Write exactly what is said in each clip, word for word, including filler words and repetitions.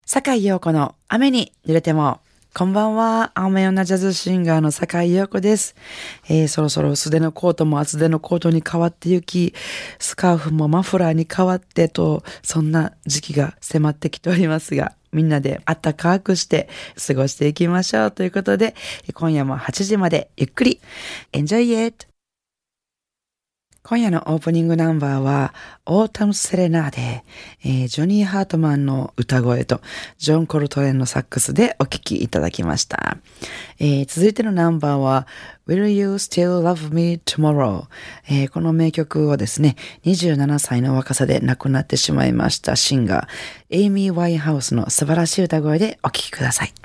坂井陽子の雨に濡れても。こんばんは。青め女ジャズシンガーの坂井陽子です。えー、そろそろ薄手のコートも厚手のコートに変わってゆき、スカーフもマフラーに変わってと、そんな時期が迫ってきておりますが、みんなであったかくして過ごしていきましょうということで、今夜もはちじまでゆっくり Enjoy it! 今夜のオープニングナンバーはオータムセレナーデ、えー、ジョニー・ハートマンの歌声とジョン・コルトレーンのサックスでお聴きいただきました、えー、続いてのナンバーは Will You Still Love Me Tomorrow、えー、この名曲をですねにじゅうななさいの若さで亡くなってしまいましたシンガーエイミー・ワインハウスの素晴らしい歌声でお聴きください。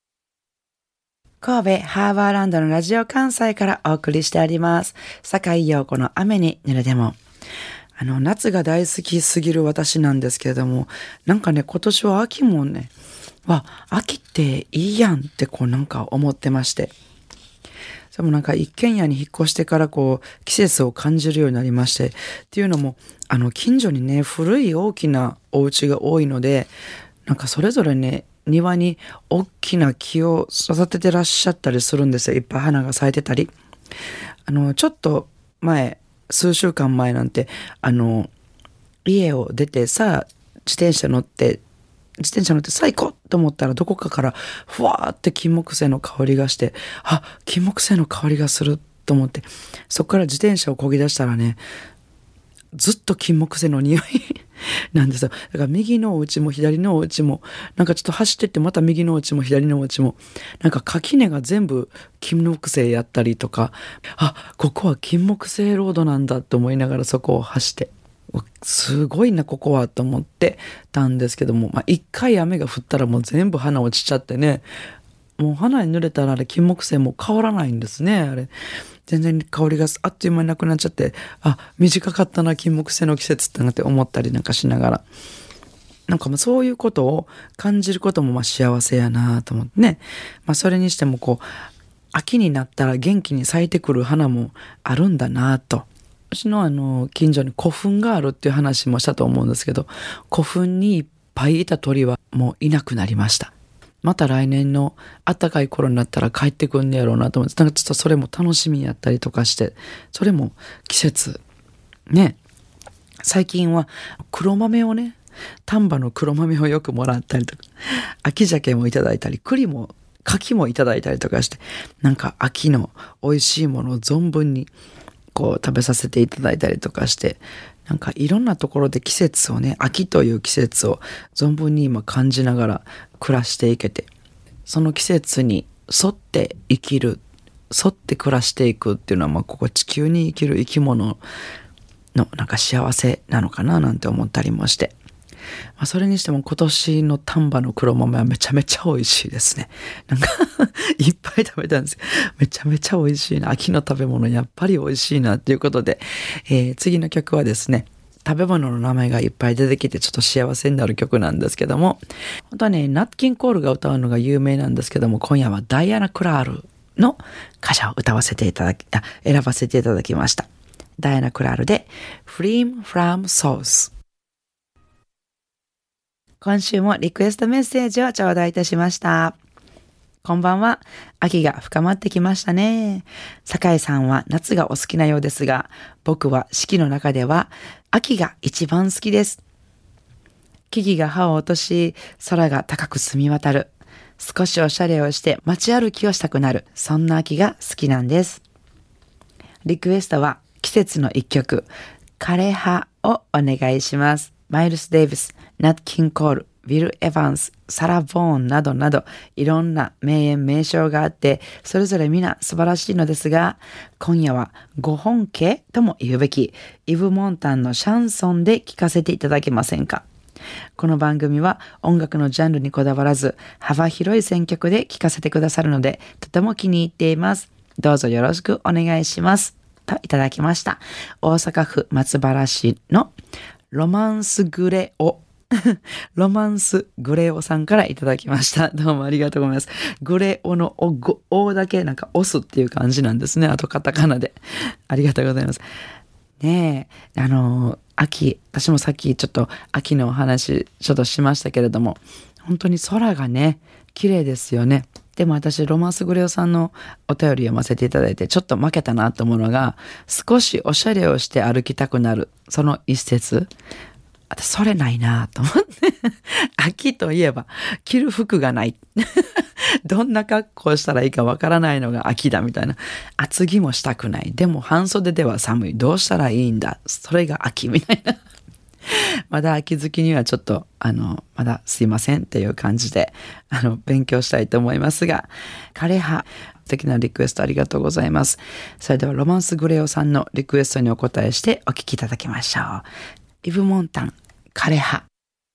神戸ハーバーランドのラジオ関西からお送りしております。坂井陽子の雨に濡れても。あの、夏が大好きすぎる私なんですけれども、なんかね、今年は秋もね、わ、秋っていいやんってこうなんか思ってまして。でもなんか一軒家に引っ越してからこう季節を感じるようになりまして。っていうのも、あの、近所にね、古い大きなお家が多いので、なんかそれぞれね、庭に大きな木を育ててらっしゃったりするんですよ。いっぱい花が咲いてたり。あの、ちょっと前、数週間前なんて、あの、家を出てさ、自転車乗って、自転車乗ってさ、行こうと思ったらどこかからふわーって金木犀の香りがして、あ、金木犀の香りがすると思って、そこから自転車を漕ぎ出したらね、ずっと金木犀の匂いなんですよ。だから右のお家も左のお家もなんかちょっと走ってってまた右のお家も左のお家もなんか垣根が全部金木犀やったりとか、あ、ここは金木犀ロードなんだと思いながらそこを走って、すごいなここはと思ってたんですけども、まあ一回雨が降ったらもう全部花落ちちゃってね、もう花に濡れたらあれ金木犀も変わらないんですね。あれ全然香りがあっという間になくなっちゃって、あ、短かったな金木犀の季節ってなって思ったりなんかしながら、なんかまあそういうことを感じることもまあ幸せやなと思ってね。まあそれにしてもこう秋になったら元気に咲いてくる花もあるんだなと。私のあの近所に古墳があるっていう話もしたと思うんですけど、古墳にいっぱいいた鳥はもういなくなりました。また来年の暖かい頃になったら帰ってくんねやろうなと思って、なんかちょっとそれも楽しみやったりとかして、それも季節ね。最近は黒豆をね、丹波の黒豆をよくもらったりとか、秋鮭もいただいたり、栗も柿もいただいたりとかして、なんか秋の美味しいものを存分にこう食べさせていただいたりとかして、なんかいろんなところで季節をね、秋という季節を存分に今感じながら暮らしていけて、その季節に沿って生きる、沿って暮らしていくっていうのは、まあここ地球に生きる生き物のなんか幸せなのかななんて思ったりもして、まあ、それにしても今年の丹波の黒豆はめちゃめちゃ美味しいですね。なんかいっぱい食べたんですよ。めちゃめちゃ美味しいな。秋の食べ物やっぱり美味しいなっていうことで、えー、次の曲はですね、食べ物の名前がいっぱい出てきてちょっと幸せになる曲なんですけども、本当はね、ナット・キン・コールが歌うのが有名なんですけども、今夜はダイアナ・クラールの歌詞を歌わせていただき、あ、選ばせていただきました。ダイアナ・クラールで Freedom from Souls。今週もリクエストメッセージを頂戴いたしました。こんばんは。秋が深まってきましたね。酒井さんは夏がお好きなようですが、僕は四季の中では秋が一番好きです。木々が葉を落とし、空が高く澄み渡る。少しおしゃれをして街歩きをしたくなる。そんな秋が好きなんです。リクエストは季節の一曲、枯葉をお願いします。マイルス・デイビス、ナット・キン・コール、ウィル・エヴァンス、サラ・ボーンなどなどいろんな名演名称があってそれぞれ皆素晴らしいのですが、今夜はご本家とも言うべきイヴ・モンタンのシャンソンで聴かせていただけませんか。この番組は音楽のジャンルにこだわらず幅広い選曲で聴かせてくださるのでとても気に入っています。どうぞよろしくお願いしますといただきました。大阪府松原市のロマンスグレオロマンスグレオさんからいただきました。どうもありがとうございます。グレオのお、ご、おだけなんか押すっていう感じなんですね。あとカタカナで。ありがとうございます。ねえ、あの、秋、私もさっきちょっと秋のお話ちょっとしましたけれども、 本当に空がね、綺麗ですよね。でも私、ロマンスグレオさんのお便り読ませていただいて、ちょっと負けたなと思うのが、少しおしゃれをして歩きたくなる、その一節。私、それないなと思って。秋といえば、着る服がない。どんな格好したらいいかわからないのが秋だみたいな。厚着もしたくない。でも半袖では寒い。どうしたらいいんだ。それが秋みたいな。まだ秋好きにはちょっと、あの、まだすいませんっていう感じで、あの、勉強したいと思いますが、枯葉、素敵なリクエストありがとうございます。それではロマンスグレオさんのリクエストにお答えしてお聞きいただきましょう。イブ・モンタン、枯葉。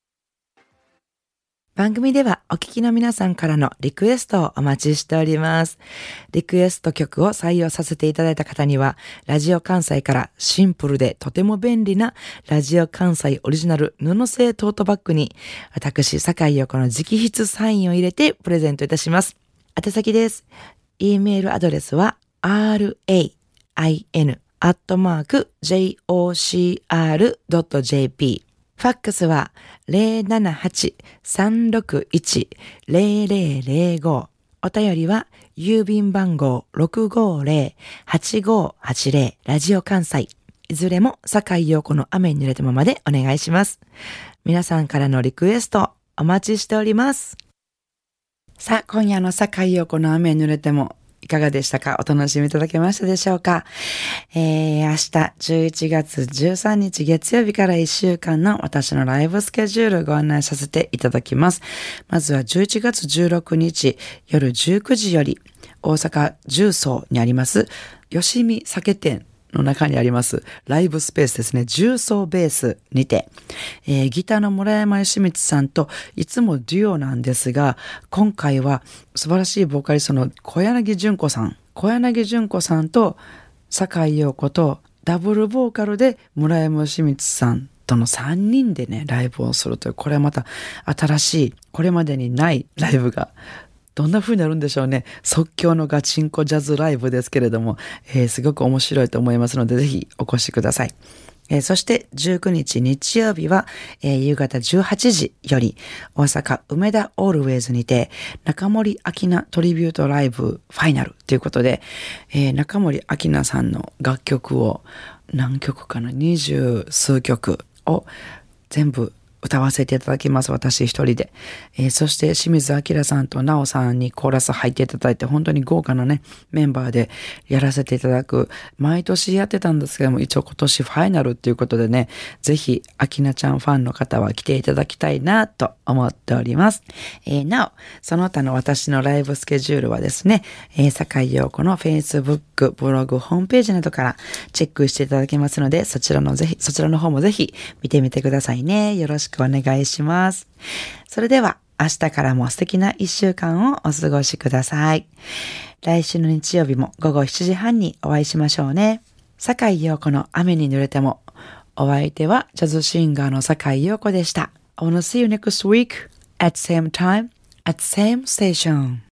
番組ではお聞きの皆さんからのリクエストをお待ちしております。リクエスト曲を採用させていただいた方には、ラジオ関西からシンプルでとても便利なラジオ関西オリジナル布製トートバッグに、私、坂井陽子の直筆サインを入れてプレゼントいたします。宛先です。e メールアドレスは ライン アットマーク ジェイオーシーアール ドット ジェーピー。ファックスは ゼロななはち さんろくいち ゼロゼロゼロご。お便りは郵便番号 ろくごゼロ はちごはちゼロ ラジオ関西。いずれも坂井陽子の雨に濡れたままでお願いします。皆さんからのリクエストお待ちしております。さあ、今夜の坂井陽子の雨に濡れてもいかがでしたか？お楽しみいただけましたでしょうか？えー、明日じゅういちがつじゅうさんにち月曜日からいっしゅうかんの私のライブスケジュールをご案内させていただきます。まずはじゅういちがつじゅうろくにち夜じゅうくじより大阪十三にあります吉見酒店の中にありますライブスペースですね、重曹ベースにて、えー、ギターの村山義光さんといつもデュオなんですが、今回は素晴らしいボーカリストの小柳純子さん小柳純子さんと坂井陽子とダブルボーカルで村山義光さんとのさんにんでねライブをするという、これはまた新しいこれまでにないライブがどんな風になるんでしょうね。即興のガチンコジャズライブですけれども、えー、すごく面白いと思いますので、ぜひお越しください。えー、そしてじゅうくにち日曜日は、えー、夕方じゅうはちじより大阪梅田オールウェイズにて中森明菜トリビュートライブファイナルということで、えー、中森明菜さんの楽曲を何曲かな、二十数曲を全部歌わせていただきます。私一人で、えー、そして清水明さんと奈緒さんにコーラス入っていただいて、本当に豪華なねメンバーでやらせていただく、毎年やってたんですけども、一応今年ファイナルということでね、ぜひ明菜ちゃんファンの方は来ていただきたいなと思っております。えー、なおその他の私のライブスケジュールはですね、えー、坂井陽子の Facebook、ブログ、ホームページなどからチェックしていただけますので、そちらのぜひそちらの方もぜひ見てみてくださいね。よろしくお願いします。それでは明日からも素敵な一週間をお過ごしください。来週の日曜日もごごしちじはんにお会いしましょうね。坂井陽子の雨に濡れても。お相手はジャズシンガーの坂井陽子でした。I wanna see you next week at same time at same station.